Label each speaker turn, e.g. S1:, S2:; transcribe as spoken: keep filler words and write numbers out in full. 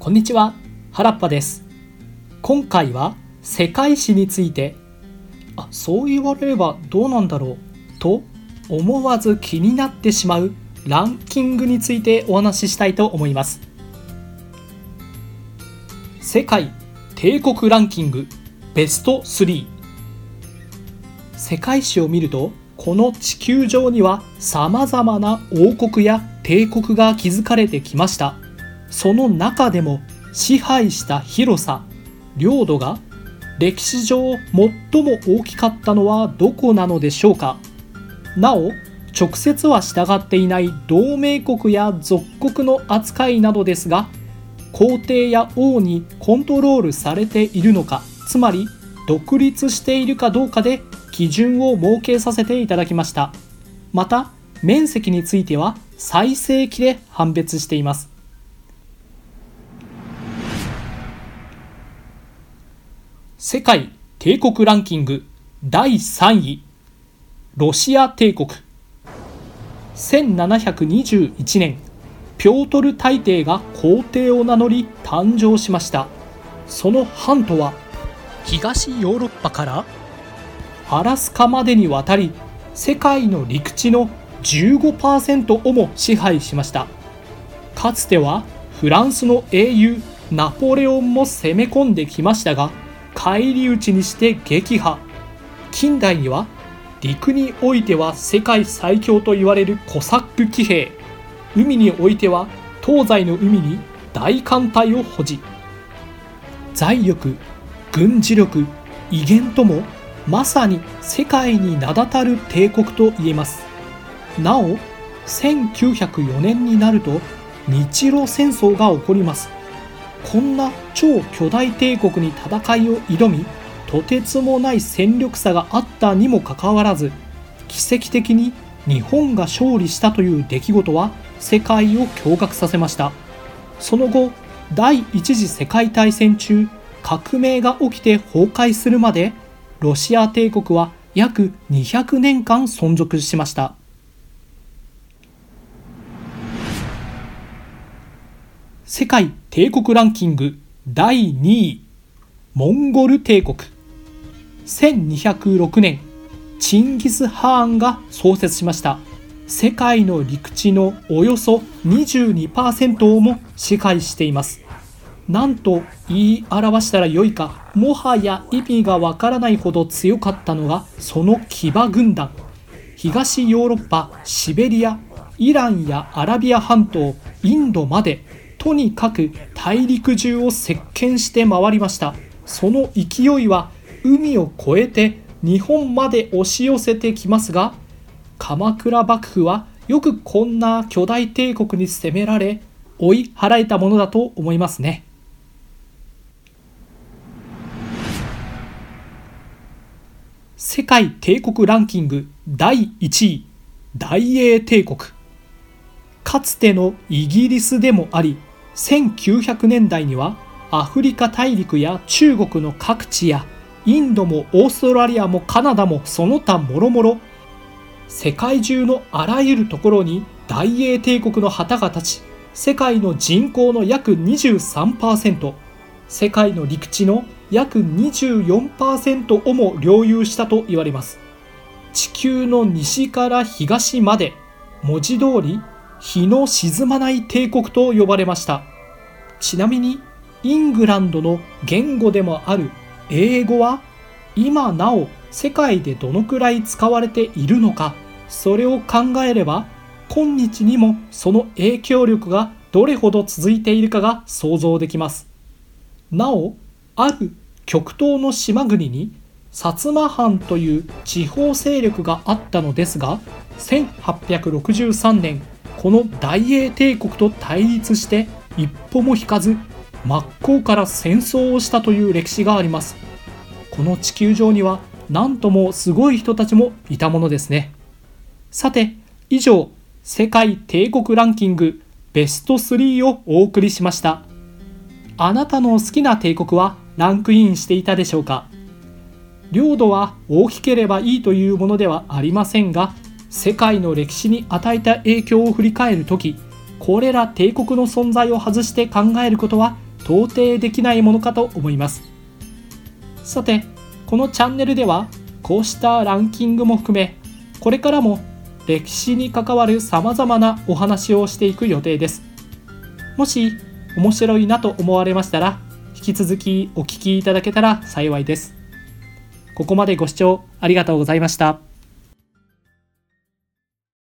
S1: こんにちは、原っぱです。今回は世界史について、あ、そう言われればどうなんだろうと思わず気になってしまうランキングについてお話ししたいと思います。世界帝国ランキングベストスリー。世界史を見ると、この地球上にはさまざまな王国や帝国が築かれてきました。その中でも支配した広さ、領土が歴史上最も大きかったのはどこなのでしょうか。なお、直接は従っていない同盟国や属国の扱いなどですが、皇帝や王にコントロールされているのか、つまり独立しているかどうかで基準を設けさせていただきました。また、面積については最盛期で判別しています。世界帝国ランキングだいさんい、ロシア帝国。せんななひゃくにじゅういちねん、ピョートル大帝が皇帝を名乗り誕生しました。その版とは、東ヨーロッパからアラスカまでにわたり、世界の陸地の じゅうごパーセント をも支配しました。かつてはフランスの英雄ナポレオンも攻め込んできましたが、返り討ちにして撃破。近代には陸においては世界最強と言われるコサック騎兵、海においては東西の海に大艦隊を保持。財力、軍事力、威厳ともまさに世界に名だたる帝国と言えます。なお、せんきゅうひゃくよねんになると日露戦争が起こります。こんな超巨大帝国に戦いを挑み、とてつもない戦力差があったにもかかわらず、奇跡的に日本が勝利したという出来事は世界を驚愕させました。その後、第一次世界大戦中、革命が起きて崩壊するまで、ロシア帝国は約にひゃくねんかん存続しました。世界帝国ランキングだいにい、モンゴル帝国。せんにひゃくろくねん、チンギス・ハーンが創設しました。世界の陸地のおよそ にじゅうにパーセント をも支配しています。なんと言い表したらよいか、もはや意味がわからないほど強かったのがその騎馬軍団。東ヨーロッパ、シベリア、イランやアラビア半島、インドまで、とにかく大陸中を席巻して回りました。その勢いは海を越えて日本まで押し寄せてきますが、鎌倉幕府はよくこんな巨大帝国に攻められ追い払えたものだと思いますね。世界帝国ランキングだいいちい、大英帝国。かつてのイギリスでもあり、せんきゅうひゃくねんだいにはアフリカ大陸や中国の各地やインドもオーストラリアもカナダもその他もろもろ、世界中のあらゆるところに大英帝国の旗が立ち、世界の人口の約 にじゅうさんパーセント、世界の陸地の約 にじゅうよんパーセント をも領有したと言われます。地球の西から東まで、文字通り日の沈まない帝国と呼ばれました。ちなみにイングランドの言語でもある英語は今なお世界でどのくらい使われているのか、それを考えれば今日にもその影響力がどれほど続いているかが想像できます。なお、ある極東の島国に薩摩藩という地方勢力があったのですが、せんはっぴゃくろくじゅうさんねん、この大英帝国と対立して一歩も引かず、真っ向から戦争をしたという歴史があります。この地球上にはなんともすごい人たちもいたものですね。さて、以上、世界帝国ランキングベストスリーをお送りしました。あなたの好きな帝国はランクインしていたでしょうか。領土は大きければいいというものではありませんが、世界の歴史に与えた影響を振り返るとき、これら帝国の存在を外して考えることは到底できないものかと思います。さて、このチャンネルではこうしたランキングも含め、これからも歴史に関わるさまざまなお話をしていく予定です。もし面白いなと思われましたら、引き続きお聞きいただけたら幸いです。ここまでご視聴ありがとうございました。